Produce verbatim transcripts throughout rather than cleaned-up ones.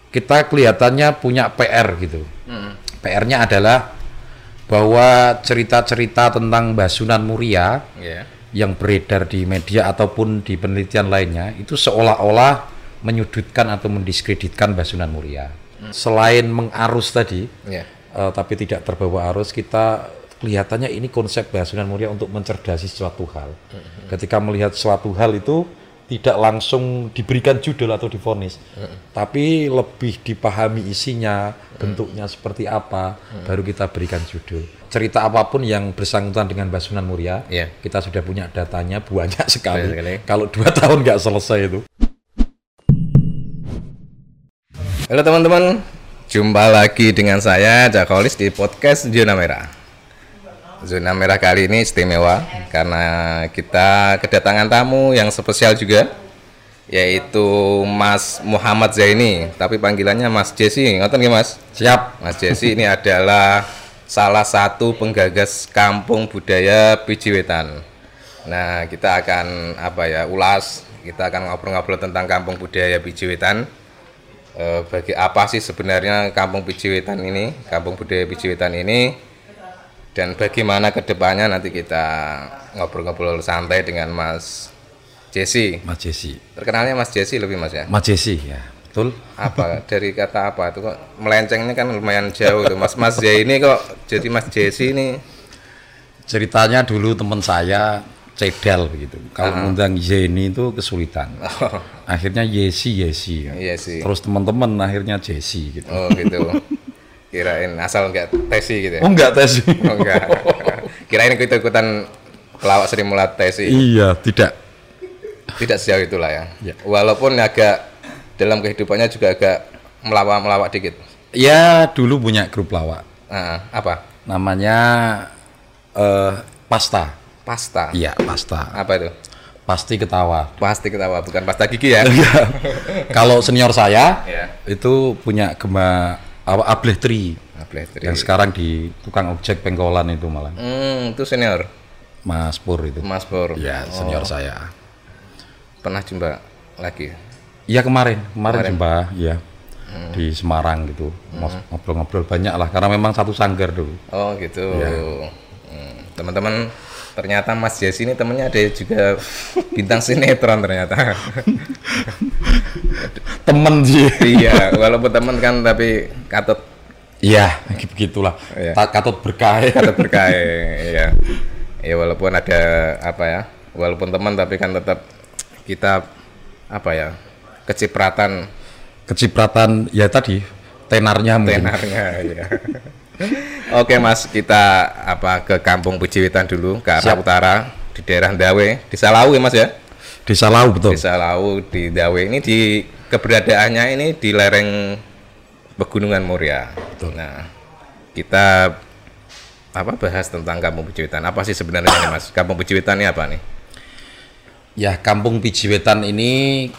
kita kelihatannya punya P R gitu. Hmm. P R-nya adalah bahwa cerita-cerita tentang Mbah Sunan Muria yeah. yang beredar di media ataupun di penelitian lainnya itu seolah-olah menyudutkan atau mendiskreditkan Mbah Sunan Muria. Hmm. Selain mengarus tadi, yeah. uh, tapi tidak terbawa arus, kita kelihatannya ini konsep Mbah Sunan Muria untuk mencerdasi suatu hal. Hmm. Ketika melihat suatu hal itu tidak langsung diberikan judul atau divonis, hmm. tapi lebih dipahami isinya, hmm. bentuknya seperti apa, hmm. baru kita berikan judul. Cerita apapun yang bersangkutan dengan Mbah Sunan Muria, yeah. kita sudah punya datanya banyak sekali. sekali. Kalau dua tahun nggak selesai itu. Halo teman-teman, jumpa lagi dengan saya Jakolis di podcast Zona Merah. Zona Merah kali ini istimewa karena kita kedatangan tamu yang spesial juga, yaitu Mas Muhammad Zaini, tapi panggilannya Mas Jesse. Ngoten nggih Mas? Siap. Mas Jesse ini adalah salah satu penggagas Kampung Budaya Pijiwetan. Nah, kita akan apa ya ulas, kita akan ngobrol-ngobrol tentang Kampung Budaya Pijiwetan. E, bagi apa sih sebenarnya Kampung Pijiwetan ini, Kampung Budaya Pijiwetan ini? Dan bagaimana kedepannya nanti kita ngobrol-ngobrol santai dengan Mas Jesse. Mas Jesse. Terkenalnya Mas Jesse lebih Mas ya? Mas Jesse ya, betul. Apa dari kata apa itu kok melencengnya kan lumayan jauh tuh Mas. Mas Zaini kok jadi Mas Jesse ini? Ceritanya dulu teman saya cedal begitu. Kalau uh-huh. ngundang Zaini itu kesulitan. Oh. Akhirnya Yesi Yesi. Kan? Yesi. Terus teman-teman akhirnya Jesse gitu. Oh gitu. Kirain asal enggak tesi gitu ya? Oh enggak tesi. Oh enggak. Kirain ikut-ikutan pelawak Sri Mulat tesi. Iya, tidak. Tidak sejauh itulah ya. Ya. Walaupun agak dalam kehidupannya juga agak melawak-melawak dikit. Ya, dulu punya grup lawak. Nah, apa? Namanya uh, Pasta. Pasta? Iya, Pasta. Apa itu? Pasti ketawa. Pasti ketawa, bukan pasta gigi ya? Kalau senior saya, yeah. itu punya gema Ableh Tri, Ableh Tri, yang sekarang di tukang ojek Pengkolan itu malah. Hmm, itu senior. Mas Pur itu. Mas Pur. Ya, senior oh. saya. Pernah jumpa lagi? Iya kemarin, kemarin, kemarin. jumpa, ya hmm. di Semarang gitu, hmm. ngobrol-ngobrol banyak lah, karena memang satu sanggar dulu. Oh gitu. Ya. Hmm. Teman-teman, ternyata Mas Jesse ini temennya ada juga bintang sinetron ternyata. Temen sih. Iya, walaupun temen kan tapi katut. Iya, begitulah. Iya. Katut berkah. Katut berkah. Iya. Ya walaupun ada apa ya, walaupun teman tapi kan tetap kita apa ya, kecipratan. Kecipratan ya tadi tenarnya mungkin. Tenarnya ya. Oke Mas, kita apa ke Kampung Pijiwetan dulu, ke arah utara di daerah Dawe, di Salau ya Mas ya? Di Salau betul. Di Salau di Dawe ini di keberadaannya ini di lereng Pegunungan Muria. Betul. Nah, kita apa bahas tentang Kampung Pijiwetan. Apa sih sebenarnya nih Mas? Kampung Pijiwetan ini apa nih? Ya, Kampung Pijiwetan ini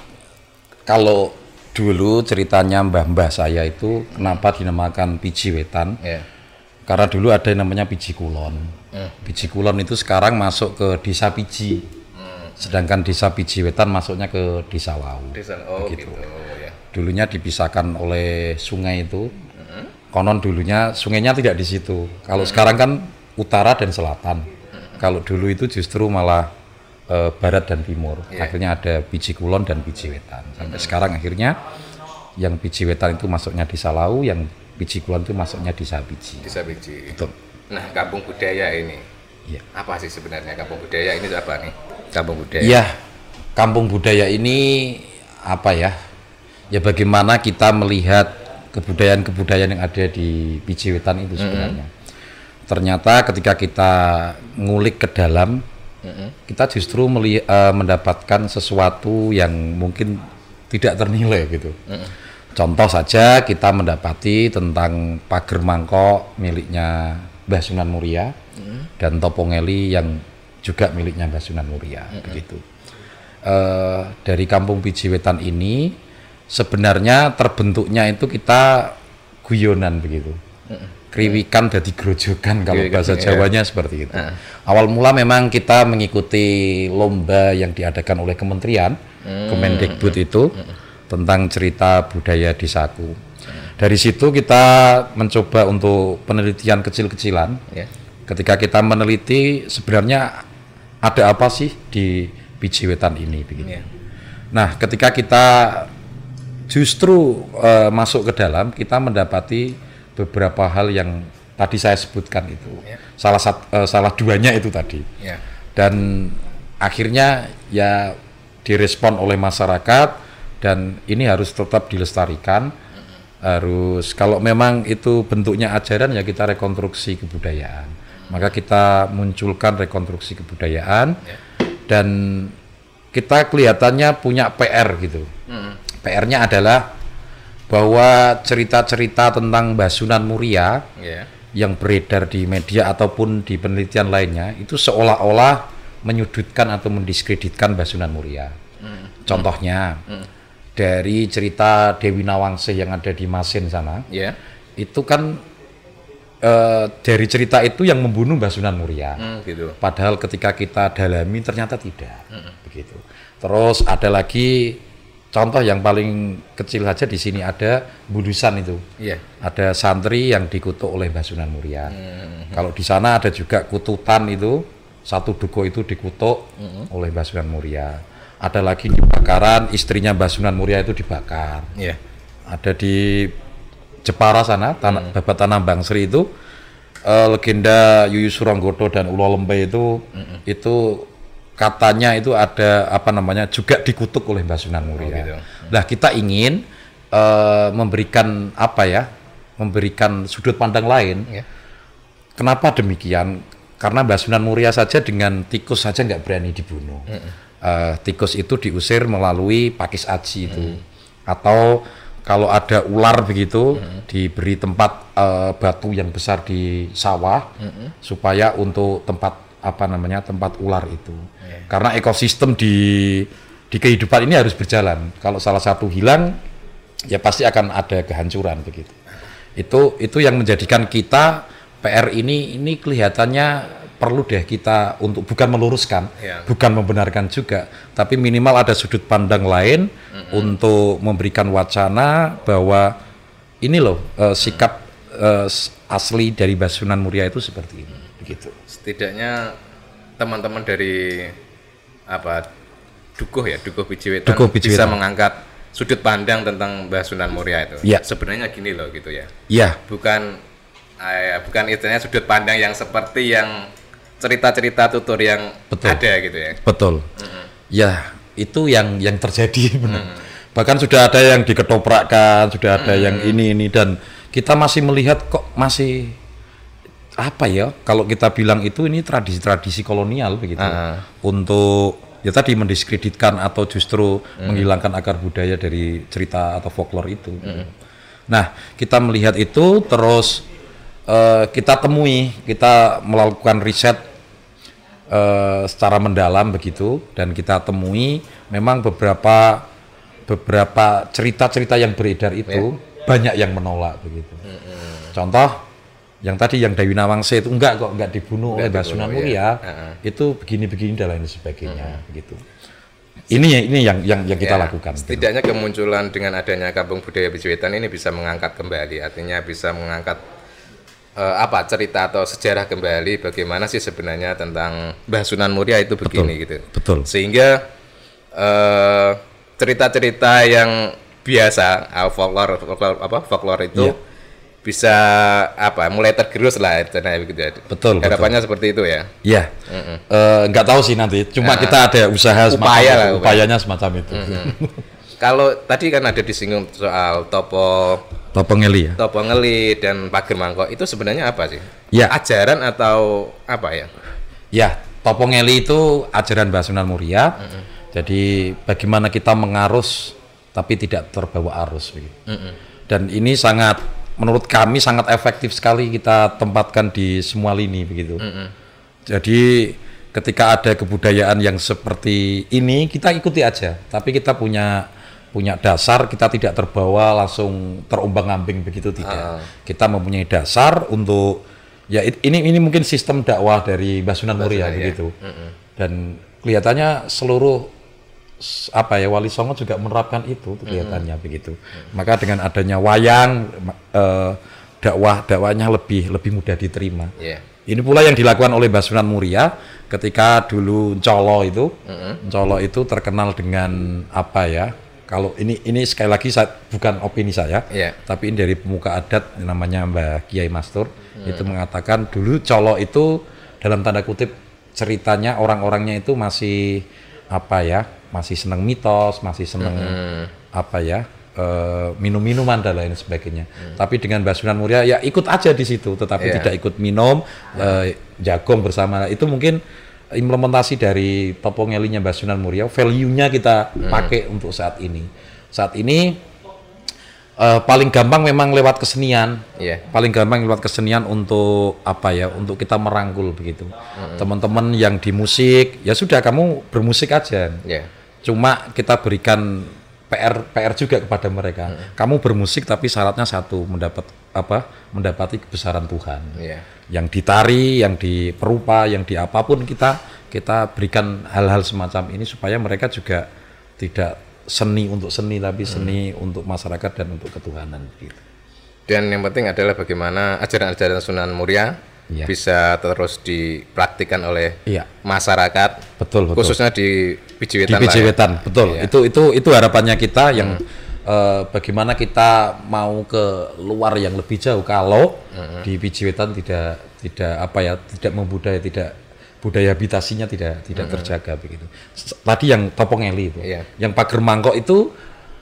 kalau dulu ceritanya mbah-mbah saya itu kenapa dinamakan Pijiwetan? Yeah. Karena dulu ada yang namanya Piji Kulon. Mm. Piji Kulon itu sekarang masuk ke Desa Piji. Mm. Sedangkan Desa Pijiwetan masuknya ke Desa Wau. Desa, oh begitu. Gitu. Oh, yeah. Dulunya dipisahkan oleh sungai itu. Mm. Konon dulunya sungainya tidak di situ. Kalau mm. sekarang kan utara dan selatan. Mm. Kalau dulu itu justru malah e, barat dan timur. Yeah. Akhirnya ada Piji Kulon dan Pijiwetan. Sampai mm. sekarang akhirnya yang Pijiwetan itu masuknya di Salau, yang Piji Kulon itu masuknya di Desa Piji. Desa Piji. Betul. Nah, Kampung Budaya ini. Iya. Apa sih sebenarnya Kampung Budaya ini apa nih? Kampung Budaya. Iya. Kampung Budaya ini apa ya? Ya bagaimana kita melihat kebudayaan-kebudayaan yang ada di Pijiwetan itu sebenarnya. Mm-hmm. Ternyata ketika kita ngulik ke dalam, mm-hmm. kita justru meli- uh, mendapatkan sesuatu yang mungkin tidak ternilai gitu. Mm-hmm. Contoh saja kita mendapati tentang pager mangkok miliknya Mbah Sunan Muria mm. dan topongeli yang juga miliknya Mbah Sunan Muria mm-hmm. begitu. Uh, dari Kampung Pijiwetan ini sebenarnya terbentuknya itu kita guyonan begitu. Mm-hmm. Kriwikan jadi grojogan kalau Kriwikan, bahasa Jawanya iya. seperti itu. Uh. Awal mula memang kita mengikuti lomba yang diadakan oleh kementerian mm. Kemendikbud itu. Mm. tentang cerita budaya desaku. Dari situ kita mencoba untuk penelitian kecil-kecilan. Yeah. Ketika kita meneliti sebenarnya ada apa sih di Picih Wetan ini begitu. Yeah. Nah, ketika kita justru uh, masuk ke dalam, kita mendapati beberapa hal yang tadi saya sebutkan itu. Yeah. Salah sat, uh, salah duanya itu tadi. Yeah. Dan akhirnya ya direspon oleh masyarakat dan ini harus tetap dilestarikan. Harus, kalau memang itu bentuknya ajaran ya kita rekonstruksi kebudayaan, maka kita munculkan rekonstruksi kebudayaan dan kita kelihatannya punya P R gitu. P R-nya adalah bahwa cerita-cerita tentang Basunan Muria yeah. yang beredar di media ataupun di penelitian lainnya itu seolah-olah menyudutkan atau mendiskreditkan Basunan Muria. Mm. Contohnya mm. dari cerita Dewi Nawangsih yang ada di Masin sana, yeah. itu kan e, dari cerita itu yang membunuh Basunan Muria. Mm, gitu. Padahal ketika kita dalami ternyata tidak, mm. begitu. Terus ada lagi contoh yang paling kecil saja di sini ada Budusan itu, yeah. ada santri yang dikutuk oleh Basunan Muria. Mm. Kalau di sana ada juga Kututan itu, satu duko itu dikutuk mm. oleh Basunan Muria. Ada lagi di Bakaran, istrinya Basunan Muria itu dibakar. Yeah. Ada di Jepara sana, tanah, hmm. Babat Tanah Bangsri itu, uh, legenda Yuyu Suranggodo dan Ulo Lempe itu, hmm. itu katanya itu ada apa namanya juga dikutuk oleh Basunan Muria. Oh, gitu. Nah kita ingin uh, memberikan apa ya, memberikan sudut pandang lain. Yeah. Kenapa demikian? Karena Basunan Muria saja dengan tikus saja nggak berani dibunuh. Hmm. Uh, tikus itu diusir melalui pakis aji itu, hmm. atau kalau ada ular begitu hmm. diberi tempat uh, batu yang besar di sawah hmm. supaya untuk tempat apa namanya tempat ular itu, yeah. karena ekosistem di di kehidupan ini harus berjalan. Kalau salah satu hilang, ya pasti akan ada kehancuran begitu. Itu itu yang menjadikan kita P R ini ini kelihatannya perlu deh kita untuk bukan meluruskan, yeah. bukan membenarkan juga, tapi minimal ada sudut pandang lain mm-hmm. untuk memberikan wacana bahwa ini loh uh, sikap uh, asli dari Basunan Muria itu seperti ini, begitu. Setidaknya teman-teman dari apa Dukuh ya, Dukuh Picih Wetan bisa mengangkat sudut pandang tentang Basunan Muria itu. Yeah. Sebenarnya gini loh gitu ya. Iya. Yeah. Bukan uh, bukan istilahnya sudut pandang yang seperti yang cerita-cerita tutur yang betul. Ada gitu ya. Betul. Mm-hmm. Ya, itu yang yang terjadi benar. Mm-hmm. Bahkan sudah ada yang diketoprakkan, sudah ada mm-hmm. yang ini ini dan kita masih melihat kok masih apa ya? Kalau kita bilang itu ini tradisi-tradisi kolonial begitu. Uh-huh. Untuk ya tadi mendiskreditkan atau justru mm-hmm. menghilangkan akar budaya dari cerita atau folklore itu. Mm-hmm. Nah, kita melihat itu terus uh, kita temui, kita melakukan riset Uh, secara mendalam begitu dan kita temui memang beberapa beberapa cerita-cerita yang beredar itu yeah. banyak yang menolak begitu. Mm-hmm. Contoh yang tadi yang Dewi Nawangsih itu enggak kok enggak dibunuh oleh Basunan Muria, ya. uh-huh. itu begini-begini dan lain sebagainya uh-huh. begitu. Ini ini yang yang yang kita ya, lakukan. Setidaknya gitu. Kemunculan dengan adanya Kampung Budaya Picih Wetan ini bisa mengangkat kembali, artinya bisa mengangkat Uh, apa cerita atau sejarah kembali bagaimana sih sebenarnya tentang Basunan Muria itu begini betul, gitu. Betul. Sehingga uh, cerita-cerita yang biasa uh, folklore, folklore apa folklore itu yeah. bisa apa mulai tergerus lah artinya begitu ya. Betul. Harapannya betul. seperti itu ya. Iya. Mm-hmm. Uh, nggak tahu sih nanti. Cuma nah, kita ada usaha upaya semacam lah, itu, upayanya semacam itu. Mm-hmm. Kalau tadi kan ada disinggung soal topo Topongeli ya. Topongeli dan Pager Mangkok itu sebenarnya apa sih? Ya. Ajaran atau apa ya? Ya, Topongeli itu ajaran Basunan Muria. Mm-hmm. Jadi bagaimana kita mengarus tapi tidak terbawa arus begitu. Mm-hmm. Dan ini sangat menurut kami sangat efektif sekali kita tempatkan di semua lini begitu. Mm-hmm. Jadi ketika ada kebudayaan yang seperti ini kita ikuti aja, tapi kita punya punya dasar, kita tidak terbawa langsung terombang-ambing begitu tidak. Uh. Kita mempunyai dasar untuk ya ini ini mungkin sistem dakwah dari Basunan Muria begitu. Ya. Uh-uh. Dan kelihatannya seluruh s- apa ya Wali Songo juga menerapkan itu kelihatannya begitu. Maka dengan adanya wayang eh, dakwah dakwahnya lebih lebih mudah diterima. Iya. Ini pula yang dilakukan oleh Mbah Sunan Muria ketika dulu Colo itu, Colo itu terkenal dengan apa ya? Kalau ini ini sekali lagi saya, bukan opini saya, Iya. tapi ini dari pemuka adat namanya Mbah Kiai Mastur itu mengatakan dulu Colo itu dalam tanda kutip ceritanya orang-orangnya itu masih apa ya? Masih senang mitos, masih senang apa ya? Uh, minum-minuman dan lain sebagainya. Hmm. Tapi dengan Mbah Sunan Muria ya ikut aja di situ, tetapi yeah. tidak ikut minum, yeah. uh, jagung bersama. Itu mungkin implementasi dari topongelinya Mbah Sunan Muria, value-nya kita hmm. pakai untuk saat ini. Saat ini uh, paling gampang memang lewat kesenian. Yeah. Paling gampang lewat kesenian untuk apa ya? Untuk kita merangkul begitu. Hmm. Teman-teman yang di musik, ya sudah kamu bermusik aja. Yeah. Cuma kita berikan P R P R juga kepada mereka. Hmm. Kamu bermusik tapi syaratnya satu, mendapat apa? Mendapati kebesaran Tuhan. Yeah. Yang ditari, yang diperupa, yang di apapun kita kita berikan hal-hal semacam ini supaya mereka juga tidak seni untuk seni tapi hmm. seni untuk masyarakat dan untuk ketuhanan gitu. Dan yang penting adalah bagaimana ajaran-ajaran Sunan Muria ya. Bisa terus dipraktikkan oleh ya. Masyarakat, betul, betul. Khususnya di Pijiwetan. Di Pijiwetan, ya. Betul. Ya. Itu itu itu harapannya kita yang hmm. uh, bagaimana kita mau ke luar yang lebih jauh kalau hmm. di Pijiwetan tidak tidak apa ya tidak membudaya tidak budaya habitasinya tidak tidak hmm. terjaga begitu. Tadi yang Topongeli itu, ya. Yang pager mangkok itu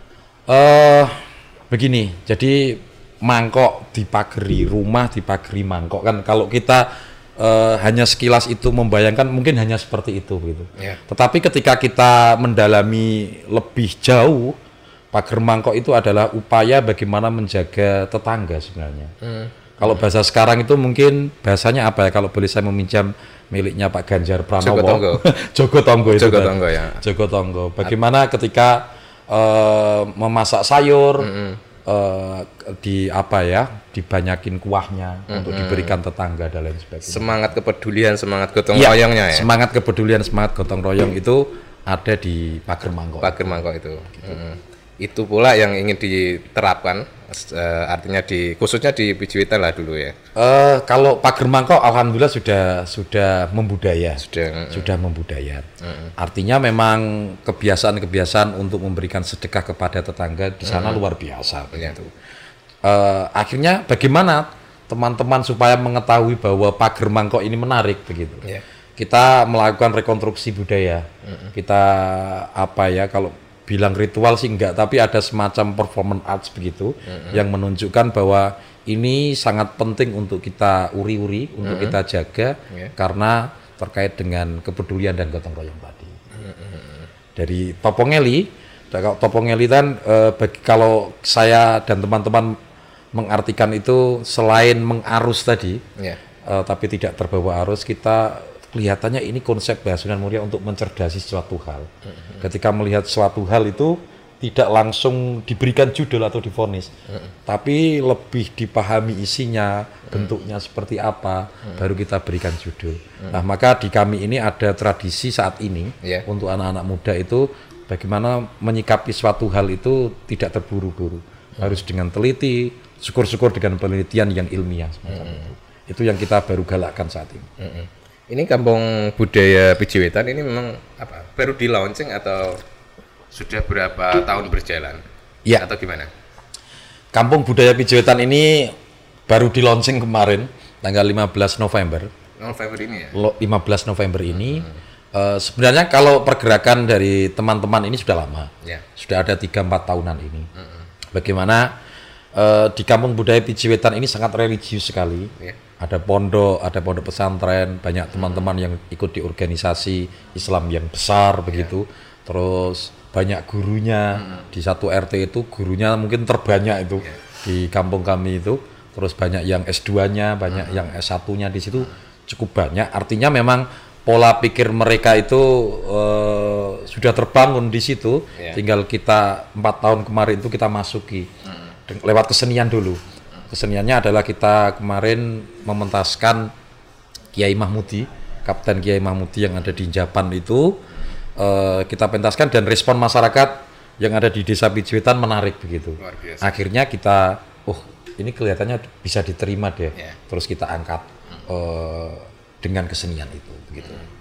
uh, begini. Jadi mangkok dipageri rumah, dipageri mangkok kan kalau kita uh, hanya sekilas itu membayangkan mungkin hanya seperti itu gitu. Yeah. Tetapi ketika kita mendalami lebih jauh, pager mangkok itu adalah upaya bagaimana menjaga tetangga sebenarnya. Mm. Kalau bahasa sekarang itu mungkin bahasanya apa ya kalau boleh saya meminjam miliknya Pak Ganjar Pranowo. Jogotongo. Jogotongo itu. Jogotongo ya. Jogotongo. Bagaimana ketika uh, memasak sayur mm-hmm. Uh, di apa ya dibanyakin kuahnya mm-hmm. untuk diberikan tetangga dan lain sebagainya. Semangat kepedulian, semangat gotong ya, royongnya ya. Semangat kepedulian, semangat gotong royong itu ada di pager mangkok. Pager mangkok itu. Gitu. Mm-hmm. Itu pula yang ingin diterapkan, uh, artinya di khususnya di Pijiwetan lah dulu ya. Uh, kalau pager mangkok, alhamdulillah sudah sudah membudaya, sudah mm-hmm. sudah membudaya. Mm-hmm. Artinya memang kebiasaan-kebiasaan untuk memberikan sedekah kepada tetangga di sana mm-hmm. luar biasa begitu. Uh, akhirnya bagaimana teman-teman supaya mengetahui bahwa pager mangkok ini menarik begitu? Yeah. Kita melakukan rekonstruksi budaya. Mm-hmm. Kita apa ya kalau bilang ritual sih enggak, tapi ada semacam performance arts begitu mm-hmm. yang menunjukkan bahwa ini sangat penting untuk kita uri-uri, untuk mm-hmm. kita jaga yeah. karena terkait dengan kepedulian dan gotong royong tadi. Mm-hmm. Dari Topongeli, Topongeli kan eh, bagi, kalau saya dan teman-teman mengartikan itu selain mengarus tadi, yeah. eh, tapi tidak terbawa arus, kita kelihatannya ini konsep Mbah Sunan Muria untuk mencerdasi suatu hal. Mm-hmm. Ketika melihat suatu hal itu tidak langsung diberikan judul atau divonis, mm-hmm. tapi lebih dipahami isinya, mm-hmm. bentuknya seperti apa, mm-hmm. baru kita berikan judul. Mm-hmm. Nah, maka di kami ini ada tradisi saat ini yeah. untuk anak-anak muda itu bagaimana menyikapi suatu hal itu tidak terburu-buru, mm-hmm. harus dengan teliti, syukur-syukur dengan penelitian yang ilmiah semacam mm-hmm. itu. Itu yang kita baru galakkan saat ini. Mm-hmm. Ini kampung budaya Pijiwetan ini memang apa? Baru di launching atau sudah berapa tahun berjalan? Ya. Atau gimana? Kampung budaya Pijiwetan ini baru di launching kemarin tanggal lima belas November. November ini ya? lima belas November ini. Hmm. Uh, sebenarnya kalau pergerakan dari teman-teman ini sudah lama. Ya. Sudah ada tiga empat tahunan ini. Hmm. Bagaimana uh, di kampung budaya Pijiwetan ini sangat religius sekali. Ya. Ada pondok, ada pondok pesantren, banyak teman-teman yang ikut di organisasi Islam yang besar begitu. Yeah. Terus banyak gurunya mm-hmm. di satu R T itu gurunya mungkin terbanyak itu yeah. di kampung kami itu. Terus banyak yang S dua-nya, banyak mm-hmm. yang S satu-nya di situ cukup banyak. Artinya memang pola pikir mereka itu uh, sudah terbangun di situ. Yeah. Tinggal kita empat tahun kemarin itu kita masuki mm-hmm. lewat kesenian dulu. Keseniannya adalah kita kemarin mementaskan Kiai Mahmudi, Kapten Kiai Mahmudi yang ada di Japan itu uh, kita pentaskan dan respon masyarakat yang ada di Desa Pijiwetan menarik begitu. Luar biasa. Akhirnya kita, oh ini kelihatannya bisa diterima deh. Yeah. Terus kita angkat hmm. uh, dengan kesenian itu begitu. Hmm.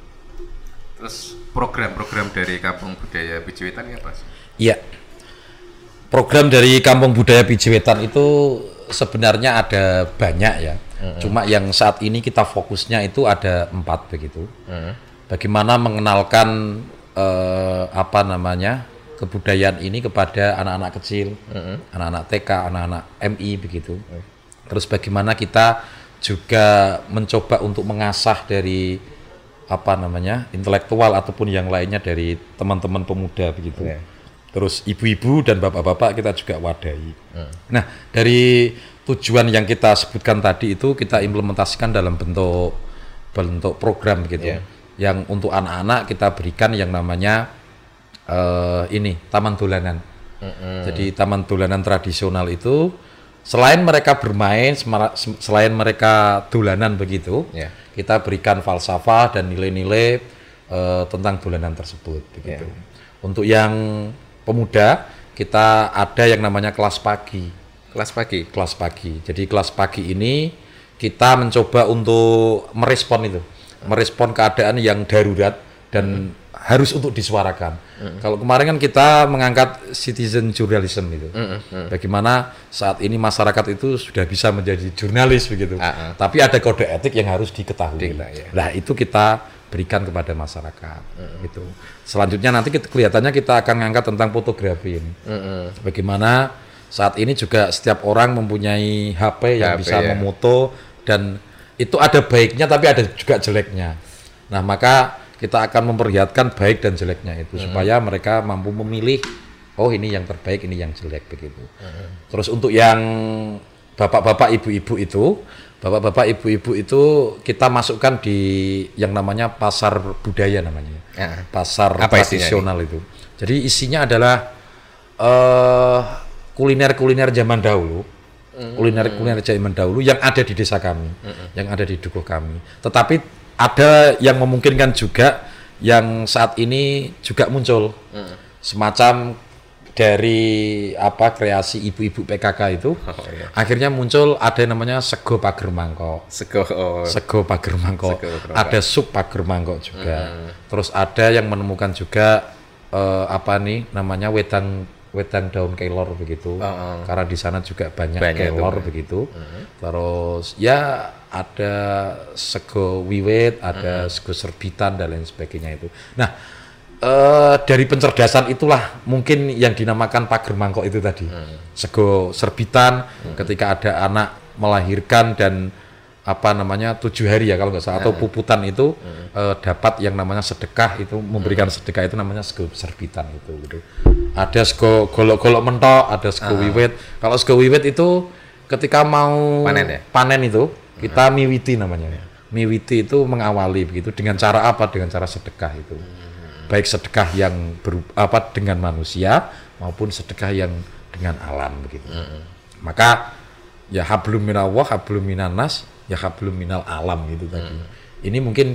Terus program-program dari Kampung Budaya Pijiwetan ini apa sih? Iya. Program dari Kampung Budaya Pijiwetan itu sebenarnya ada banyak ya. Hmm. Cuma yang saat ini kita fokusnya itu ada empat begitu. Hmm. Bagaimana mengenalkan uh, apa namanya kebudayaan ini kepada anak-anak kecil, mm-hmm. anak-anak T K, anak-anak M I begitu. Mm. Terus bagaimana kita juga mencoba untuk mengasah dari apa namanya intelektual ataupun yang lainnya dari teman-teman pemuda begitu. Yeah. Terus ibu-ibu dan bapak-bapak kita juga wadahi. Mm. Nah dari tujuan yang kita sebutkan tadi itu kita implementasikan dalam bentuk bentuk program begitu. Yeah. Yang untuk anak-anak kita berikan yang namanya Uh, ini taman dolanan. Mm-hmm. Jadi taman dolanan tradisional itu selain mereka bermain, selain mereka dolanan begitu, yeah. kita berikan falsafah dan nilai-nilai uh, tentang dolanan tersebut begitu. Yeah. Untuk yang pemuda kita ada yang namanya kelas pagi. Kelas pagi. Kelas pagi. Jadi kelas pagi ini kita mencoba untuk merespon itu, merespon keadaan yang darurat dan mm-hmm. harus untuk disuarakan. Mm-hmm. Kalau kemarin kan kita mengangkat citizen journalism itu, mm-hmm. bagaimana saat ini masyarakat itu sudah bisa menjadi jurnalis begitu. Uh-huh. Tapi ada kode etik yang harus diketahui. Dikita, ya. Nah itu kita berikan kepada masyarakat. Mm-hmm. Gitu. Selanjutnya nanti kita, kelihatannya kita akan mengangkat tentang fotografi ini. Mm-hmm. Bagaimana saat ini juga setiap orang mempunyai H P yang H P, bisa ya. memoto dan itu ada baiknya tapi ada juga jeleknya. Nah maka kita akan memperlihatkan baik dan jeleknya itu hmm. supaya mereka mampu memilih oh ini yang terbaik ini yang jelek begitu. Hmm. Terus untuk yang bapak-bapak ibu-ibu itu bapak-bapak ibu-ibu itu kita masukkan di yang namanya pasar budaya namanya ya. Pasar apa tradisional itu. Jadi isinya adalah uh, kuliner-kuliner zaman dahulu hmm. kuliner-kuliner zaman dahulu yang ada di desa kami hmm. yang ada di dukuh kami. Tetapi ada yang memungkinkan juga yang saat ini juga muncul hmm. semacam dari apa kreasi ibu-ibu P K K itu oh, iya. akhirnya muncul ada yang namanya sego pager mangkok sego oh. sego pager mangkok sego, ada sup pager mangkok juga hmm. terus ada yang menemukan juga uh, apa nih namanya wedang wedang daun kelor begitu oh, oh. karena di sana juga banyak, banyak kelor itu, begitu hmm. terus ya ada sego wiwit, ada hmm. sego serbitan dan lain sebagainya itu. Nah, e, dari pencerdasan itulah mungkin yang dinamakan pager mangkok itu tadi. Hmm. Sego serbitan hmm. ketika ada anak melahirkan dan apa namanya tujuh hari ya kalau nggak salah hmm. atau puputan itu hmm. e, dapat yang namanya sedekah itu memberikan hmm. sedekah itu namanya sego serbitan itu. Gitu. Ada sego golok-golok mentok, ada sego hmm. wiwit. Kalau sego wiwit itu ketika mau panen, ya? panen itu kita miwiti namanya. Miwiti itu mengawali begitu dengan cara apa? Dengan cara sedekah itu. Baik sedekah yang ber, apa dengan manusia maupun sedekah yang dengan alam begitu. Mm-hmm. Maka ya hablum minallah, hablum minannas, ya hablum minal alam gitu tadi. Mm-hmm. Ini mungkin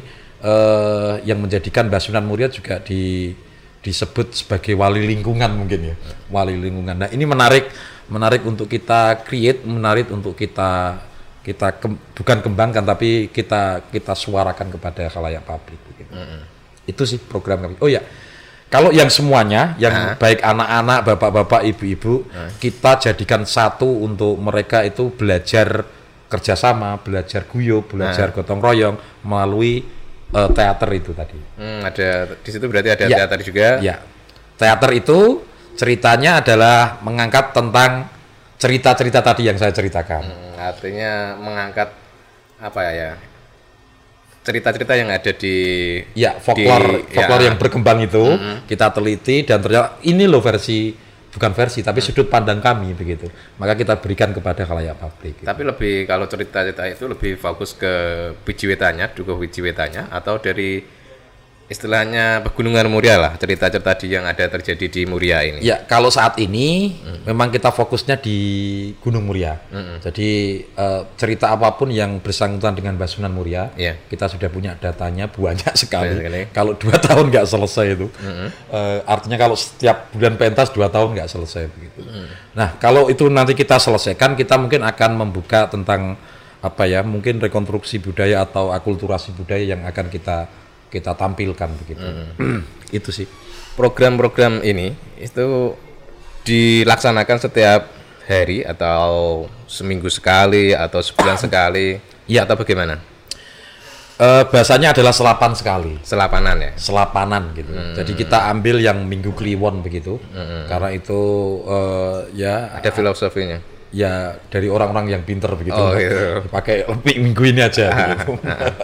uh, yang menjadikan Mbah Sunan Muria juga di disebut sebagai wali lingkungan mungkin ya. Mm-hmm. Wali lingkungan. Nah, ini menarik menarik untuk kita create, menarik untuk kita kita ke, bukan kembangkan tapi kita kita suarakan kepada khalayak publik gitu. Mm-hmm. Itu sih program kami. Oh ya, kalau yang semuanya yang uh. baik anak-anak, bapak-bapak, ibu-ibu uh. kita jadikan satu untuk mereka itu belajar kerjasama, belajar guyub, belajar uh. gotong royong melalui uh, teater itu tadi. Hmm, ada di situ berarti ada ya, teater juga. Ya, teater itu ceritanya adalah mengangkat tentang cerita-cerita tadi yang saya ceritakan. Hmm, artinya mengangkat apa ya, ya cerita-cerita yang ada di ya folklore folklore ya. yang berkembang itu mm-hmm. kita teliti dan ternyata ini loh versi bukan versi tapi mm. sudut pandang kami begitu. Maka kita berikan kepada khalayak publik. Gitu. Tapi lebih kalau cerita-cerita itu lebih fokus ke Pijiwetannya, dukuh Pijiwetannya atau dari istilahnya Pegunungan Muria lah, cerita-cerita di yang ada terjadi di Muria ini. Ya, kalau saat ini hmm. memang kita fokusnya di Gunung Muria. Hmm. Jadi uh, cerita apapun yang bersangkutan dengan Basunan Muria, yeah. kita sudah punya datanya banyak sekali. Banyak. Kalau dua tahun nggak selesai itu, hmm. uh, artinya kalau setiap bulan pentas dua tahun nggak selesai begitu. Hmm. Nah, kalau itu nanti kita selesaikan, kita mungkin akan membuka tentang apa ya, mungkin rekonstruksi budaya atau akulturasi budaya yang akan kita kita tampilkan begitu. Hmm. Itu sih. Program-program ini itu dilaksanakan setiap hari atau seminggu sekali atau sebulan sekali, ya atau bagaimana? Uh, bahasanya adalah selapan sekali. Selapanan ya. Selapanan gitu. Hmm. Jadi kita ambil yang Minggu Kliwon begitu. Hmm. Karena itu uh, ya ada filosofinya. Ya dari orang-orang yang pinter begitu. Oh, gitu. Pakai lebih minggu ini aja begitu.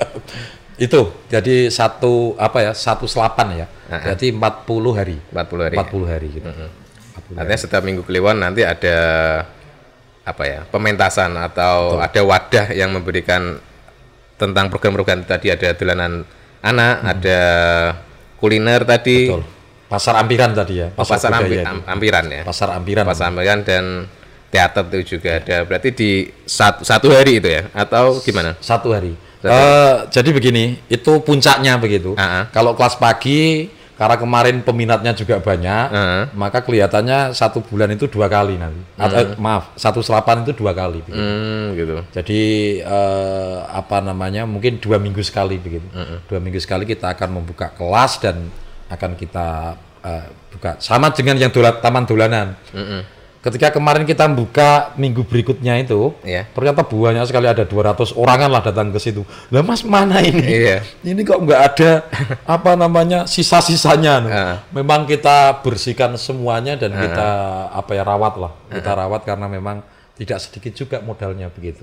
Itu jadi satu apa ya satu selapan ya, uh-huh. Jadi empat puluh hari empat puluh hari empat puluh hari gitu. Uh-huh. empat puluh artinya hari. Setiap Minggu Kliwon nanti ada apa ya pementasan atau betul. Ada wadah yang memberikan tentang program-program tadi, ada dolanan anak, hmm. ada kuliner tadi. Betul. Pasar ampiran tadi ya, pasar, pasar ampi, am, ampiran ya, pasar ampiran pasar ampiran dan teater itu juga ada. Berarti di satu, satu hari itu ya atau gimana? Satu hari. Uh, jadi begini, itu puncaknya begitu. Uh-huh. Kalau kelas pagi, karena kemarin peminatnya juga banyak, uh-huh. maka kelihatannya satu bulan itu dua kali nanti. Uh-huh. Atau, eh, maaf, satu selapan itu dua kali. Begitu. Uh-huh. Gitu. Jadi uh, apa namanya, mungkin dua minggu sekali begitu. Uh-huh. Dua minggu sekali kita akan membuka kelas dan akan kita uh, buka. Sama dengan yang dola, taman dolanan. Uh-huh. Ketika kemarin kita buka minggu berikutnya itu, yeah. ternyata banyak sekali, ada dua ratus orangan lah datang ke situ. Lah Mas, mana ini? Yeah. Ini kok nggak ada apa namanya sisa-sisanya. Uh. Memang kita bersihkan semuanya dan uh. kita apa ya rawat lah. Kita uh. rawat karena memang tidak sedikit juga modalnya begitu.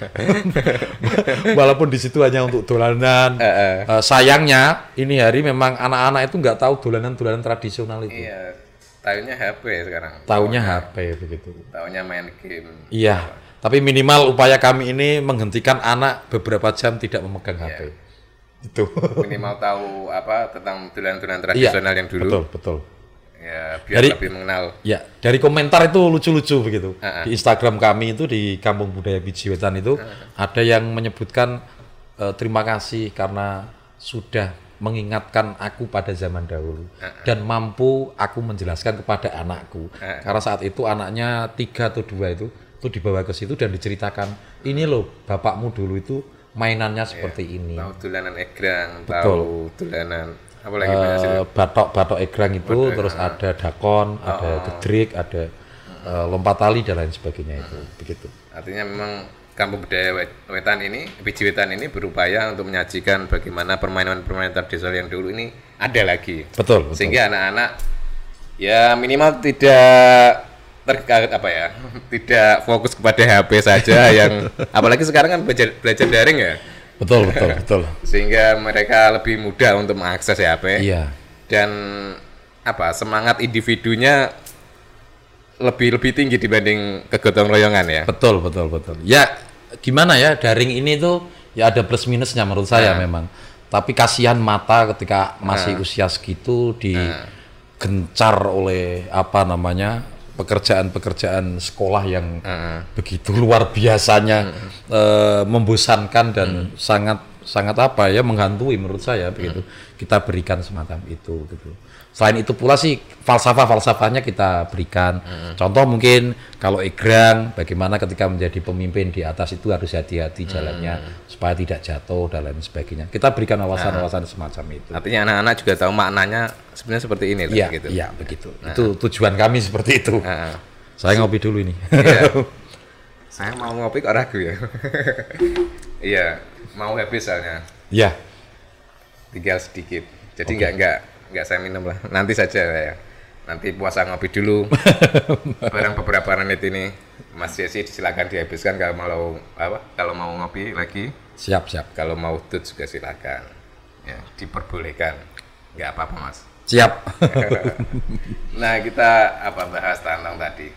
Walaupun di situ hanya untuk dolanan. Uh, uh. Uh, sayangnya ini hari memang anak-anak itu nggak tahu dolanan-dolanan tradisional itu. Yeah. Tahunya H P sekarang. Tahunya H P begitu. Tahunya main game. Iya, tapi minimal upaya kami ini menghentikan anak beberapa jam tidak memegang H P. Iya. Itu. Minimal tahu apa tentang dolanan-dolanan tradisional iya, yang dulu. Betul, betul. Ya, biar dari, lebih mengenal. Ya, dari komentar itu lucu-lucu begitu. Uh-uh. Di Instagram kami itu di Kampung Budaya Pijiwetan itu uh-uh. ada yang menyebutkan uh, terima kasih karena sudah mengingatkan aku pada zaman dahulu uh-uh. dan mampu aku menjelaskan kepada anakku uh-uh. karena saat itu anaknya tiga atau dua itu itu dibawa ke situ dan diceritakan ini loh bapakmu dulu itu mainannya seperti yeah. ini. Tahu dolanan egrang, tahu dolanan apa lagi uh, batok batok egrang itu Batok, terus uh. ada dakon, oh. ada gedrik, ada uh, lompat tali dan lain sebagainya itu uh. begitu. Artinya memang Kampung Budaya Wetan ini, Pijiwetan ini berupaya untuk menyajikan bagaimana permainan-permainan tradisional yang dulu ini ada lagi. Betul. betul. Sehingga anak-anak ya minimal tidak terkait apa ya, tidak fokus kepada H P saja yang apalagi sekarang kan belajar, belajar daring ya. Betul betul betul. Sehingga mereka lebih mudah untuk mengakses H P. Iya. Dan apa semangat individunya lebih lebih tinggi dibanding kegotong royongan ya. Betul betul betul. Ya gimana ya, daring ini tuh ya ada plus minusnya menurut saya nah. memang. Tapi kasihan mata ketika masih nah. usia segitu digencar nah. oleh apa namanya pekerjaan-pekerjaan sekolah yang nah. begitu luar biasanya nah. e, membosankan dan hmm. sangat sangat apa ya menghantui menurut saya begitu. Hmm. Kita berikan semacam itu gitu. Selain itu pula sih falsafah-falsafahnya kita berikan. Hmm. Contoh mungkin kalau egrang, bagaimana ketika menjadi pemimpin di atas itu harus hati-hati jalannya hmm. supaya tidak jatuh dan lain sebagainya. Kita berikan wawasan-wawasan nah. semacam itu. Artinya anak-anak juga tahu maknanya sebenarnya seperti ini. Iya, gitu. Iya begitu. Nah. Itu tujuan kami seperti itu. Nah. Saya ngopi dulu ini. Iya. Saya mau ngopi kok ragu ya. Iya, mau habis soalnya. Iya. Tinggal sedikit. Jadi okay. enggak enggak enggak saya minum lah. Nanti saja ya. Nanti puasa ngopi dulu. Barang beberapa menit ini Mas Jesse silakan dihabiskan kalau mau apa? Kalau mau ngopi lagi. Siap, siap. Kalau mau tut juga silakan. Ya, diperbolehkan. Enggak apa-apa, Mas. Siap. Nah, kita apa bahas tentang tadi?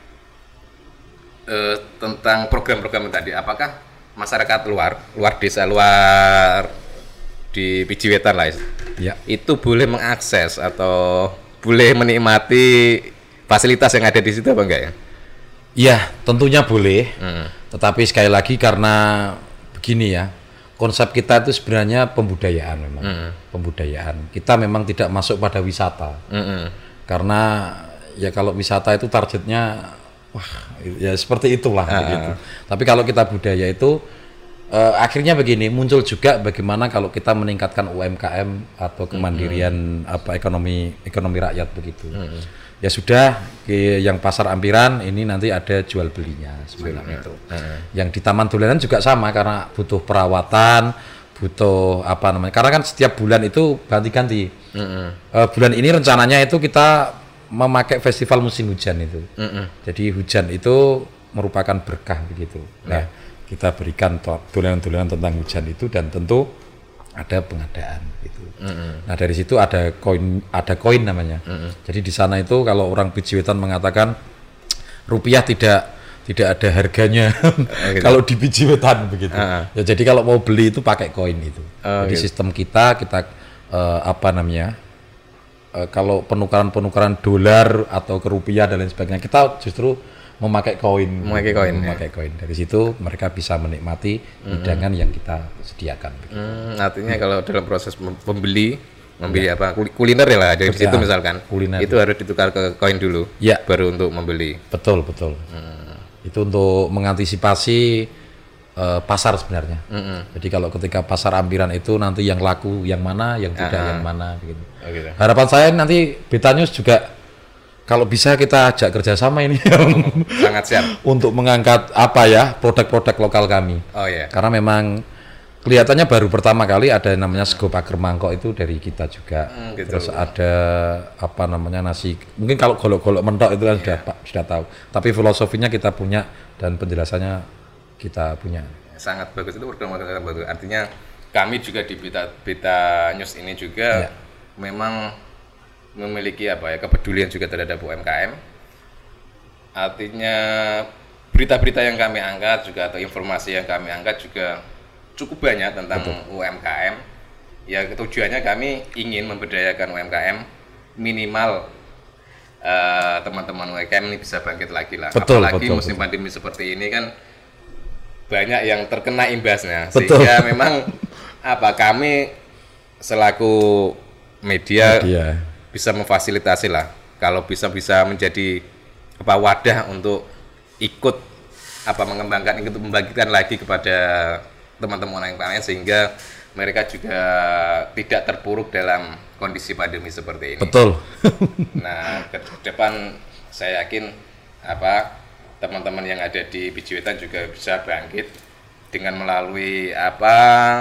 Uh, tentang program-program tadi, apakah masyarakat luar, luar desa, luar di Pijiwetan lah Ya. itu boleh mengakses atau boleh menikmati fasilitas yang ada di situ apa enggak ya? Iya, tentunya boleh. Hmm. Tetapi sekali lagi karena begini ya, konsep kita itu sebenarnya pembudayaan memang. Hmm. Pembudayaan. Kita memang tidak masuk pada wisata. Hmm. Karena ya kalau wisata itu targetnya wah ya seperti itulah uh. begitu. Tapi kalau kita budaya itu Uh, akhirnya begini, muncul juga bagaimana kalau kita meningkatkan U M K M atau kemandirian mm-hmm. apa ekonomi ekonomi rakyat begitu. Mm-hmm. Ya sudah, ke yang pasar ampiran ini nanti ada jual belinya semacam mm-hmm. itu. Mm-hmm. Yang di taman dolanan juga sama karena butuh perawatan, butuh apa namanya? Karena kan setiap bulan itu ganti-ganti. Mm-hmm. Uh, bulan ini rencananya itu kita memakai festival musim hujan itu. Mm-hmm. Jadi hujan itu merupakan berkah begitu. Nah, yeah. kita berikan dolanan-dolanan tentang hujan itu dan tentu ada pengadaan gitu. Mm-hmm. Nah dari situ ada koin, ada koin namanya. Mm-hmm. Jadi di sana itu kalau orang Pijiwetan mengatakan rupiah tidak tidak ada harganya oh, gitu. Kalau di Pijiwetan begitu. Uh-huh. Ya jadi kalau mau beli itu pakai koin itu. Oh, jadi gitu. Sistem kita kita uh, apa namanya? Uh, kalau penukaran-penukaran dolar atau ke rupiah dan lain sebagainya kita justru memakai koin, memakai koin, memakai koin. Dari situ mereka bisa menikmati hidangan mm-hmm. yang kita sediakan. Mm, artinya mm. kalau dalam proses membeli, membeli ya. apa kuliner ya lah dari situ misalkan, kuliner itu harus ditukar ke koin dulu, ya. baru untuk membeli. Betul betul. Mm. Itu untuk mengantisipasi uh, pasar sebenarnya. Mm-hmm. Jadi kalau ketika pasar ampiran itu nanti yang laku yang mana, yang tidak uh-huh. yang mana, begitu. Oh, gitu. Harapan saya nanti Beta News juga kalau bisa kita ajak kerjasama ini sangat siap untuk mengangkat apa ya produk-produk lokal kami. Oh iya. Yeah. Karena memang kelihatannya baru pertama kali ada yang namanya sego pager mangkok itu dari kita juga. Hmm, gitu. Terus ada apa namanya nasi. Mungkin kalau golok-golok mentok itu kan yeah. sudah sudah tahu. Tapi filosofinya kita punya dan penjelasannya kita punya. Sangat bagus itu program sangat bagus. Artinya kami juga di Beta, Beta News ini juga yeah. memang memiliki apa ya kepedulian juga terhadap U M K M. Artinya berita-berita yang kami angkat juga atau informasi yang kami angkat juga cukup banyak tentang Betul. U M K M. Ya tujuannya kami ingin memberdayakan U M K M minimal uh, teman-teman U M K M ini bisa bangkit lagi lah. Betul, Apalagi betul, musim betul. pandemi seperti ini kan banyak yang terkena imbasnya. Betul. Sehingga memang apa kami selaku media, media. bisa memfasilitasi lah, kalau bisa bisa menjadi apa wadah untuk ikut apa mengembangkan, ikut membangkitkan lagi kepada teman-teman yang lain sehingga mereka juga tidak terpuruk dalam kondisi pandemi seperti ini. Betul. Nah ke depan saya yakin apa teman-teman yang ada di Pijiwetan juga bisa bangkit dengan melalui apa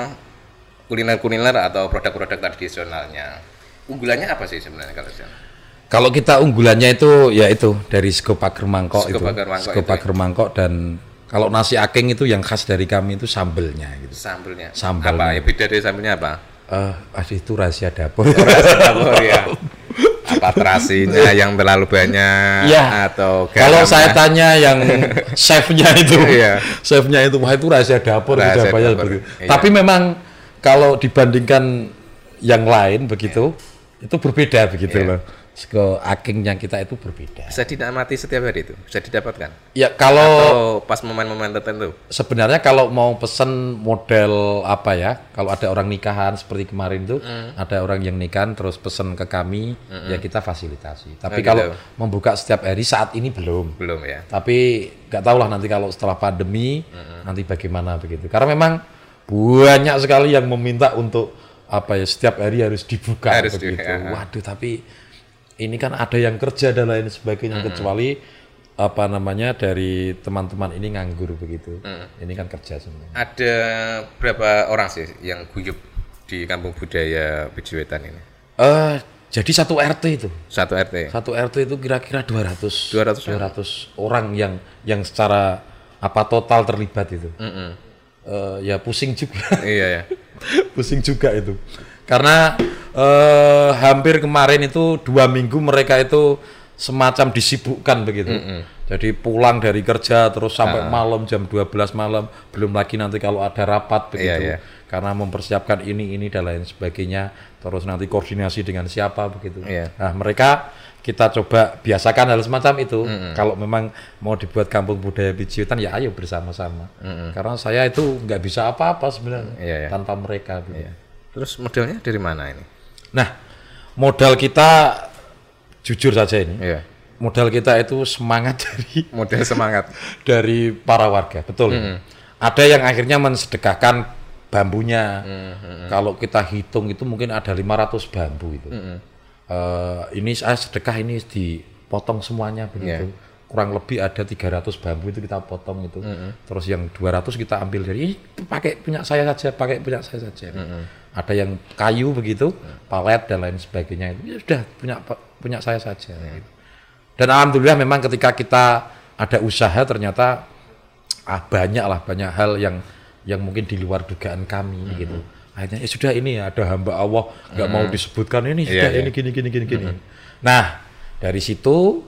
kuliner-kuliner atau produk-produk tradisionalnya. Unggulannya apa sih sebenarnya kalau saya? Kalau kita unggulannya itu ya itu dari sego pager mangkok sego itu. Pager mangkok sego itu pager ya? mangkok dan kalau nasi aking itu yang khas dari kami itu sambelnya gitu. Sambelnya. Sambalnya. Apa ya beda dari sambelnya apa? Eh, uh, itu rahasia dapur. Oh, rahasia dapur ya. Apa terasinya yang terlalu banyak ya, atau kalau saya tanya yang chefnya itu, iya. chefnya itu wah itu rahasia dapur rahasia sudah banyak begitu. Iya. Tapi memang kalau dibandingkan yang lain begitu. Iya. Itu berbeda begitu yeah. loh. Sego akingnya kita itu berbeda. Bisa dinikmati setiap hari itu, bisa didapatkan. Ya kalau atau pas momen-momen tertentu. Sebenarnya kalau mau pesen model apa ya, kalau ada orang nikahan seperti kemarin tuh, mm. ada orang yang nikahan terus pesen ke kami, mm-hmm. ya kita fasilitasi. Tapi oh, kalau gitu. membuka setiap hari saat ini belum. Belum ya. Tapi nggak tahu lah nanti kalau setelah pandemi mm-hmm. nanti bagaimana begitu. Karena memang banyak sekali yang meminta untuk apa ya setiap hari harus dibuka harus begitu. Di, ya. Waduh, tapi ini kan ada yang kerja dan lain sebagainya mm-hmm. kecuali apa namanya dari teman-teman ini nganggur begitu. Mm. Ini kan kerja semua. Ada berapa orang sih yang guyup di Kampung Budaya Pijiwetan ini? Eh, uh, jadi satu R T itu. Satu R T. Satu R T itu kira-kira dua ratus dua ratus dua ratus orang yang yang secara apa total terlibat itu. Mm-hmm. Uh, ya pusing juga. Iya ya. Pusing juga itu karena eh, hampir kemarin itu dua minggu mereka itu semacam disibukkan begitu mm-hmm. Jadi pulang dari kerja terus sampai uh. malam jam dua belas malam, belum lagi nanti kalau ada rapat begitu. Yeah, yeah. Karena mempersiapkan ini ini dan lain sebagainya, terus nanti koordinasi dengan siapa begitu. Yeah. Nah, mereka kita coba biasakan hal semacam itu. Mm-hmm. Kalau memang mau dibuat kampung budaya Pijiwitan ya ayo bersama-sama. Mm-hmm. Karena saya itu nggak bisa apa-apa sebenarnya yeah, yeah. tanpa mereka. Yeah. Terus modelnya dari mana ini? Nah, modal kita jujur saja ini. Yeah. Modal kita itu semangat dari model semangat dari para warga, betul. Mm-hmm. Ada yang akhirnya mensedekahkan bambunya. Mm-hmm. Kalau kita hitung itu mungkin ada lima ratus bambu itu. Mm-hmm. uh, ini saya sedekah ini dipotong semuanya begitu. Yeah. Kurang lebih ada tiga ratus bambu itu kita potong itu. Mm-hmm. Terus yang dua ratus kita ambil dari pakai punya saya saja, pakai punya saya saja. Mm-hmm. Ada yang kayu begitu, palet dan lain sebagainya itu ya sudah punya punya saya saja. Mm-hmm. Gitu. Dan alhamdulillah memang ketika kita ada usaha ternyata ah banyak lah banyak hal yang yang mungkin di luar dugaan kami mm-hmm. gitu. Akhirnya ya sudah ini ada hamba Allah nggak mm-hmm. mau disebutkan ini sudah yeah, ini yeah. gini gini gini gini. Mm-hmm. Nah dari situ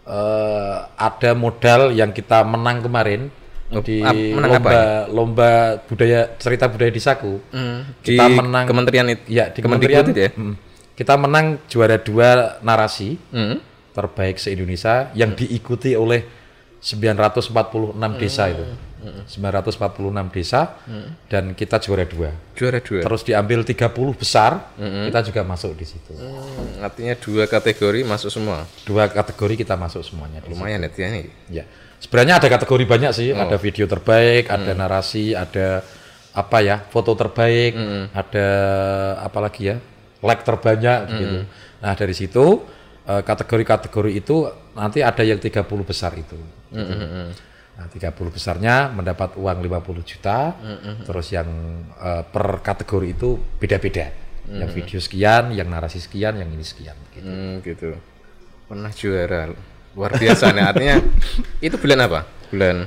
uh, ada modal yang kita menang kemarin oh, di menang lomba apa lomba budaya cerita budaya Desaku. Mm, kita di menang kementerian itu. Ya di kementerian itu ya. Mm, kita menang juara dua narasi. Mm. terbaik se-Indonesia yang hmm. diikuti oleh sembilan ratus empat puluh enam hmm. desa itu. Hmm. sembilan ratus empat puluh enam desa hmm. dan kita juara dua. Juara dua. Terus diambil tiga puluh besar, hmm. kita juga masuk di situ. Hmm. Artinya dua kategori masuk semua. Dua kategori kita masuk semuanya. Lumayan ya ini. Ya. Sebenarnya ada kategori banyak sih, oh. ada video terbaik, hmm. ada narasi, ada apa ya, foto terbaik, hmm. ada apa lagi ya? Like terbanyak hmm. gitu. Nah, dari situ kategori-kategori itu nanti ada yang tiga puluh besar itu. Mm-hmm. Nah, tiga puluh besarnya mendapat uang lima puluh juta, mm-hmm. terus yang uh, per kategori itu beda-beda. Mm-hmm. Yang video sekian, yang narasi sekian, yang ini sekian gitu. Mm, gitu. Pernah juara. Luar biasa nih artinya. Itu bulan apa? Bulan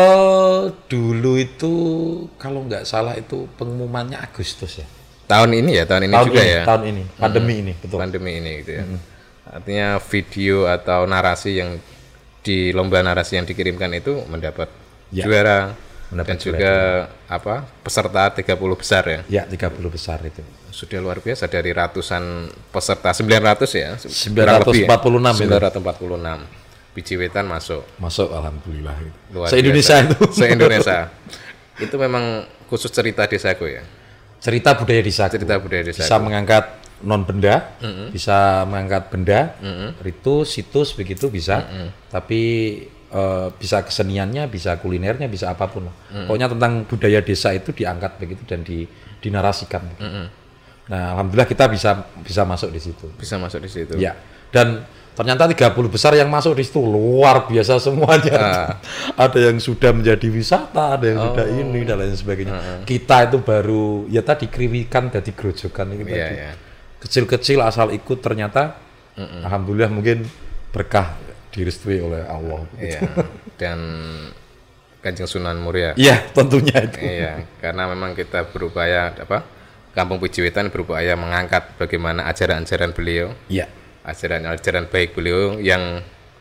Oh, dulu itu kalau nggak salah itu pengumumannya Agustus ya. Tahun ini ya, tahun ini tahun juga ini, ya. Tahun ini, pandemi mm-hmm. ini, betul. Pandemi ini gitu ya. Mm-hmm. Artinya video atau narasi yang di lomba narasi yang dikirimkan itu mendapat ya, juara mendapat dan juara juga juara. Apa peserta tiga puluh besar ya? Ya, tiga puluh besar itu. Sudah luar biasa dari ratusan peserta sembilan ratus ya? sembilan ratus empat puluh enam. sembilan ratus empat puluh enam. Pijiwitan masuk. Masuk alhamdulillah itu. Luar Se-Indonesia biasa. Itu. Se-Indonesia. Itu memang khusus cerita Desaku ya? Cerita budaya Desaku. Cerita budaya Desaku. Bisa mengangkat non benda, mm-hmm. bisa mengangkat benda, mm-hmm. ritus, situs begitu bisa, mm-hmm. tapi uh, bisa keseniannya, bisa kulinernya, bisa apapun. Mm-hmm. Pokoknya tentang budaya desa itu diangkat begitu dan di, dinarasikan. Mm-hmm. Nah, alhamdulillah kita bisa bisa masuk di situ. Bisa masuk di situ. Ya. Dan ternyata tiga puluh besar yang masuk di situ luar biasa semuanya. Ah. Ada yang sudah menjadi wisata, ada yang oh. sudah ini dan lain sebagainya. Uh-huh. Kita itu baru ya tadi kriwikan dari grojokan itu yeah, tadi. Yeah. Kecil-kecil asal ikut ternyata mm-mm. alhamdulillah mungkin berkah direstui oleh Allah gitu. Iya. Dan Kanjeng Sunan Muria. Iya, tentunya itu. Iya, karena memang kita berupaya apa? Kampung Pijiwitan berupaya mengangkat bagaimana ajaran-ajaran beliau. Iya. Ajaran-ajaran baik beliau yang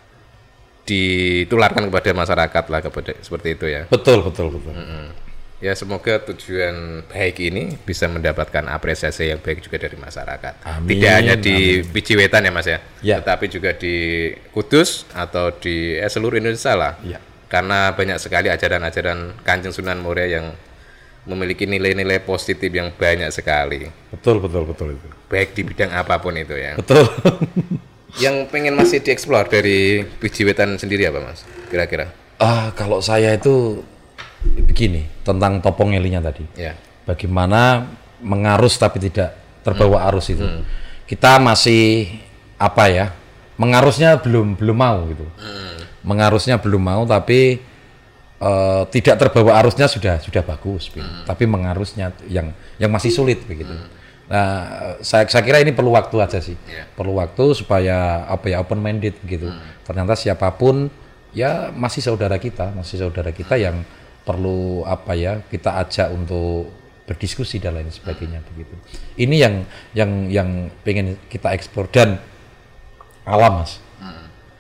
ditularkan kepada masyarakat lah kepada seperti itu ya. Betul, betul, betul. Mm-mm. Ya semoga tujuan baik ini bisa mendapatkan apresiasi yang baik juga dari masyarakat. Amin, tidak hanya di Pijiwitan ya Mas ya, ya, tetapi juga di Kudus atau di eh, seluruh Indonesia lah. Ya. Karena banyak sekali ajaran-ajaran Kanjeng Sunan Muria yang memiliki nilai-nilai positif yang banyak sekali. Betul, betul, betul itu. Baik di bidang apapun itu ya. Betul. Yang pengen masih dieksplor dari Pijiwitan sendiri apa Mas? Kira-kira? Ah, kalau saya itu begini tentang topong elinya tadi, ya. Bagaimana mengarus tapi tidak terbawa hmm. arus itu, hmm. kita masih apa ya, mengarusnya belum belum mau gitu, hmm. mengarusnya belum mau tapi uh, tidak terbawa arusnya sudah sudah bagus, hmm. tapi mengarusnya yang yang masih sulit begitu. Hmm. Nah, saya saya kira ini perlu waktu aja sih, yeah. perlu waktu supaya apa ya open minded gitu. Hmm. Ternyata siapapun ya masih saudara kita, masih saudara kita yang perlu apa ya kita ajak untuk berdiskusi dan lain sebagainya begitu. Ini yang yang yang pengen kita eksplor dan alam Mas. Hmm.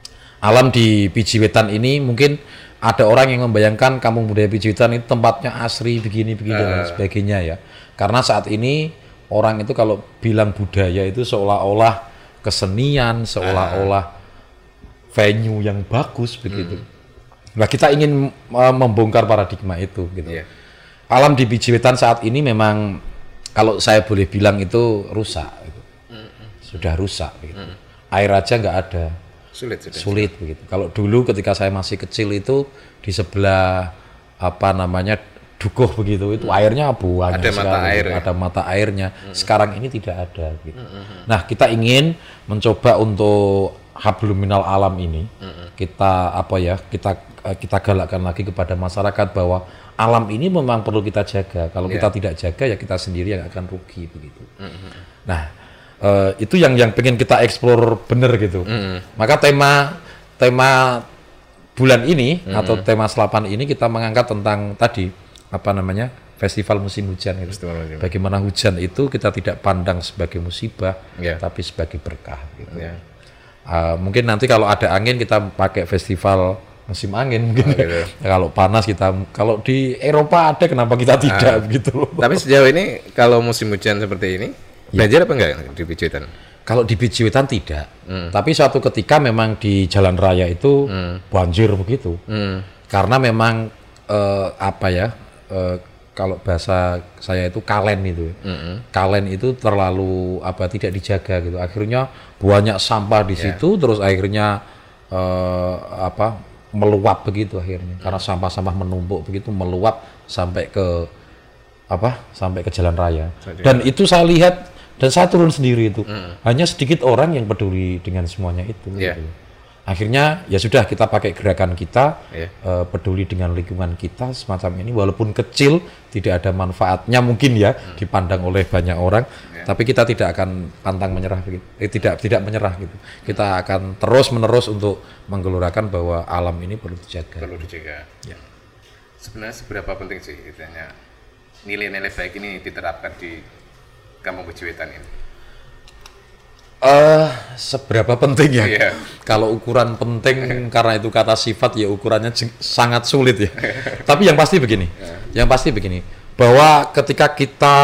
Alam di Pijiwetan ini mungkin ada orang yang membayangkan kampung budaya Pijiwetan itu tempatnya asri begini-begini uh. dan sebagainya ya. Karena saat ini orang itu kalau bilang budaya itu seolah-olah kesenian, seolah-olah uh. venue yang bagus begitu. Hmm. Nah, kita ingin uh, membongkar paradigma itu gitu. Yeah. Alam di Pijiwetan saat ini memang kalau saya boleh bilang itu rusak gitu. Mm-hmm. Sudah rusak gitu. Mm-hmm. Air aja nggak ada. Sulit, sulit, sulit begitu. Kalau dulu ketika saya masih kecil itu di sebelah apa namanya Dukuh begitu itu hmm. airnya banyak ada sekali, mata air, gitu. ya? Ada mata airnya. Hmm. Sekarang ini tidak ada gitu. Hmm. Nah, kita ingin mencoba untuk hablum minal alam ini hmm. kita apa ya? Kita kita galakkan lagi kepada masyarakat bahwa alam ini memang perlu kita jaga. Kalau yeah. kita tidak jaga ya kita sendiri yang akan rugi begitu. Hmm. Nah, Uh, itu yang yang pengen kita explore bener gitu. Mm. Maka tema tema bulan ini mm. atau tema selapan ini kita mengangkat tentang tadi apa namanya festival musim hujan gitu. Musim. Bagaimana hujan itu kita tidak pandang sebagai musibah, yeah. tapi sebagai berkah. Gitu. Yeah. Uh, mungkin nanti kalau ada angin kita pakai festival musim angin mungkin. Oh, gitu. Kalau panas kita, kalau di Eropa ada kenapa kita tidak ah. gitu. Tapi sejauh ini kalau musim hujan seperti ini banjir apa enggak di Pijiwetan? Kalau di Pijiwetan tidak, hmm. tapi suatu ketika memang di jalan raya itu hmm. banjir begitu, hmm. karena memang uh, apa ya, uh, kalau bahasa saya itu kalen itu, hmm. kalen itu terlalu apa tidak dijaga gitu, akhirnya banyak sampah di yeah. situ, terus akhirnya uh, apa meluap begitu akhirnya, hmm. karena sampah-sampah menumpuk begitu meluap sampai ke apa, sampai ke jalan raya, Jadi dan ya. itu saya lihat. Dan saya turun sendiri itu, mm. hanya sedikit orang yang peduli dengan semuanya itu. Yeah. Gitu. Akhirnya ya sudah kita pakai gerakan kita, yeah. uh, peduli dengan lingkungan kita semacam ini, walaupun kecil, tidak ada manfaatnya mungkin ya mm. dipandang oleh banyak orang, yeah. tapi kita tidak akan pantang menyerah, eh, tidak tidak menyerah gitu. Kita akan terus menerus untuk menggelorakan bahwa alam ini perlu dijaga. Perlu dijaga. Ya. Sebenarnya seberapa penting sih itanya nilai-nilai baik ini diterapkan di Kampung Pijiwetan ini? Uh, seberapa penting ya? Yeah. Kalau ukuran penting karena itu kata sifat ya ukurannya sangat sulit ya. Tapi yang pasti begini, yeah. yang pasti begini, bahwa ketika kita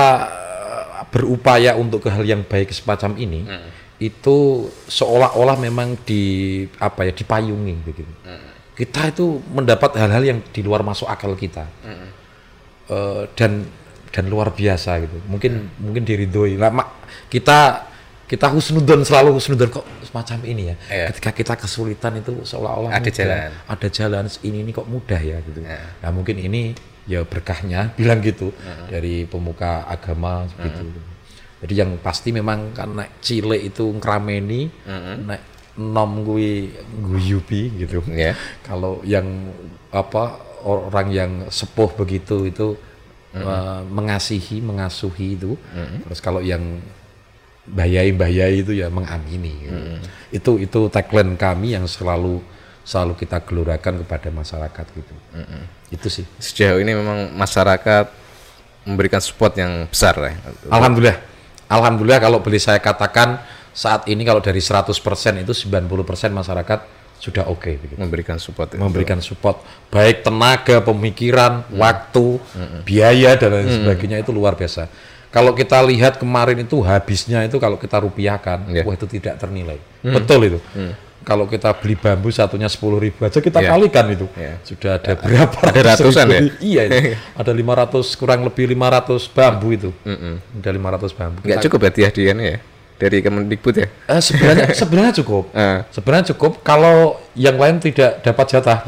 berupaya untuk ke hal yang baik semacam ini, mm. itu seolah-olah memang di apa ya dipayungi begitu. Mm. Kita itu mendapat hal-hal yang di luar masuk akal kita, mm. uh, dan dan luar biasa gitu. Mungkin hmm. mungkin diridhoi. Lah kita kita husnudon selalu husnudon kok semacam ini ya. Yeah. Ketika kita kesulitan itu seolah-olah ada mudah, jalan. Ada jalan ini ini kok mudah ya gitu. Yeah. Nah, mungkin ini ya berkahnya bilang gitu uh-huh. dari pemuka agama gitu. Uh-huh. Jadi yang pasti memang kan naik cilik itu ngrameni, uh-huh. naik nom kuwi guyubi gitu. Yeah. Kalau yang apa orang yang sepuh begitu itu Mm-hmm. mengasihi, mengasuhi itu, mm-hmm. terus kalau yang bayai-bayai itu ya mengamini. Gitu. Mm-hmm. Itu itu tagline kami yang selalu selalu kita gelorakan kepada masyarakat gitu. Mm-hmm. Itu sih. Sejauh ini memang masyarakat memberikan support yang besar ya. Alhamdulillah, alhamdulillah kalau boleh saya katakan saat ini kalau dari seratus persen itu sembilan puluh persen masyarakat sudah oke okay, begitu. Memberikan support memberikan itu. support baik tenaga, pemikiran, hmm. waktu, hmm. biaya dan lain hmm. sebagainya itu luar biasa. Kalau kita lihat kemarin itu habisnya itu kalau kita rupiahkan, yeah. wah itu tidak ternilai. Hmm. Betul itu. Hmm. Kalau kita beli bambu satunya sepuluh ribu aja kita yeah. kalikan itu. Yeah. Sudah ada berapa? Ada ratusan ya? Iya itu. Ada lima ratus kurang lebih lima ratus bambu itu. Mm-hmm. Ada lima ratus bambu. Enggak cukup ya hadiahnya ya? Dari Kemendikbud ya? Eh, sebenarnya sebenarnya cukup. Uh. Sebenarnya cukup kalau yang lain tidak dapat jatah.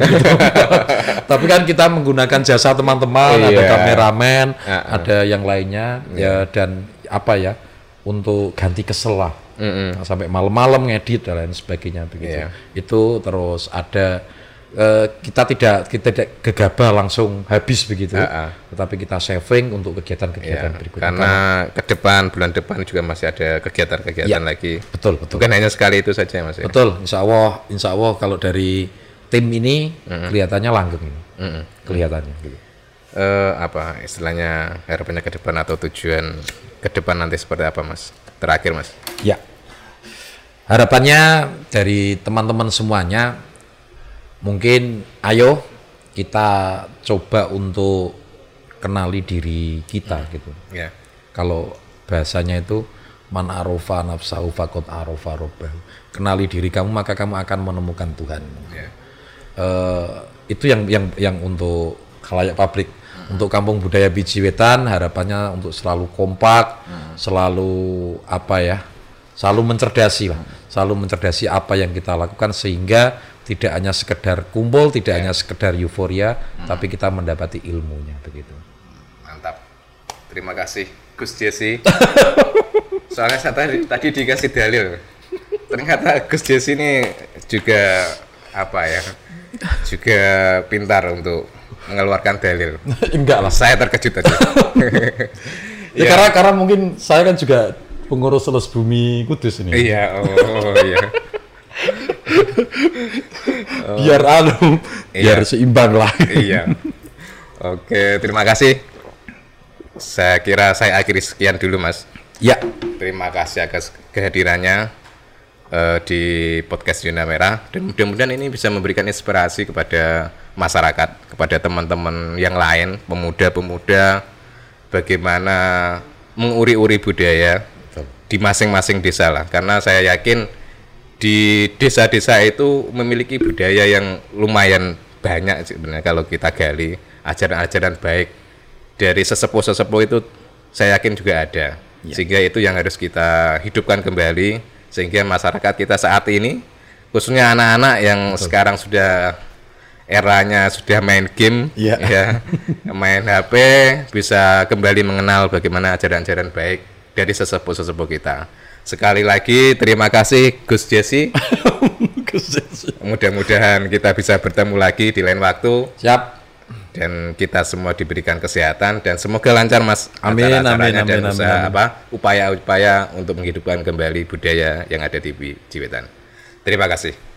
Tapi kan kita menggunakan jasa teman-teman, yeah. ada kameramen, uh-uh. ada yang lainnya yeah. ya dan apa ya untuk ganti kesel lah. Mm-hmm. Sampai malam-malam ngedit dan lain sebagainya begitu. Yeah. Itu terus ada Uh, kita tidak kita tidak gegabah langsung habis begitu, uh-uh. tetapi kita saving untuk kegiatan-kegiatan ya, berikutnya. Karena ke depan bulan depan juga masih ada kegiatan-kegiatan ya, lagi. Betul betul. Bukan hanya sekali itu saja mas. Ya? Betul. Insya Allah, Insya Allah kalau dari tim ini uh-uh. kelihatannya langgeng ini, uh-uh. kelihatannya. Gitu. Uh, apa istilahnya harapannya ke depan atau tujuan ke depan nanti seperti apa mas? Terakhir mas. Ya. Harapannya dari teman-teman semuanya. mungkin ayo kita coba untuk kenali diri kita gitu. Ya. Kalau bahasanya itu man arofa nafsahu faqad arofa rabbahu. Kenali diri kamu maka kamu akan menemukan Tuhan. Ya. Uh, itu yang yang yang untuk khalayak publik. Untuk Kampung Budaya Biji Wetan harapannya untuk selalu kompak, hmm. selalu apa ya, selalu mencerdasi lah, selalu mencerdasi apa yang kita lakukan sehingga tidak hanya sekedar kumpul, tidak yeah. hanya sekedar euforia, hmm. tapi kita mendapati ilmunya begitu. Mantap, terima kasih Gus Jesse. Soalnya saya tadi, tadi dikasih dalil, ternyata Gus Jesse ini juga apa ya, juga pintar untuk mengeluarkan dalil. Enggak lah, saya terkejut aja. ya, ya karena karena mungkin saya kan juga pengurus Selus Bumi Kudus ini. Iya, oh iya. biar oh. anu, iya. biar seimbang lah. Iya. Oke, terima kasih. Saya kira saya akhiri sekian dulu, Mas. Ya. Terima kasih atas kehadirannya uh, di podcast Zona Merah dan mudah-mudahan ini bisa memberikan inspirasi kepada masyarakat, kepada teman-teman yang lain, pemuda-pemuda, bagaimana menguri-uri budaya di masing-masing desa lah. Karena saya yakin di desa-desa itu memiliki budaya yang lumayan banyak sebenarnya kalau kita gali ajaran-ajaran baik dari sesepuh-sesepuh itu saya yakin juga ada. Ya. Sehingga itu yang harus kita hidupkan kembali sehingga masyarakat kita saat ini khususnya anak-anak yang Betul. sekarang sudah eranya sudah main game, yeah. ya, main H P, bisa kembali mengenal bagaimana ajaran-ajaran baik dari sesepuh-sesepuh kita. Sekali lagi terima kasih Gus Jesse. Mudah-mudahan kita bisa bertemu lagi di lain waktu. Siap. Dan kita semua diberikan kesehatan dan semoga lancar Mas. Amin, amin, amin, dan amin, usaha amin. apa upaya-upaya untuk menghidupkan kembali budaya yang ada di Biji Wetan. Terima kasih.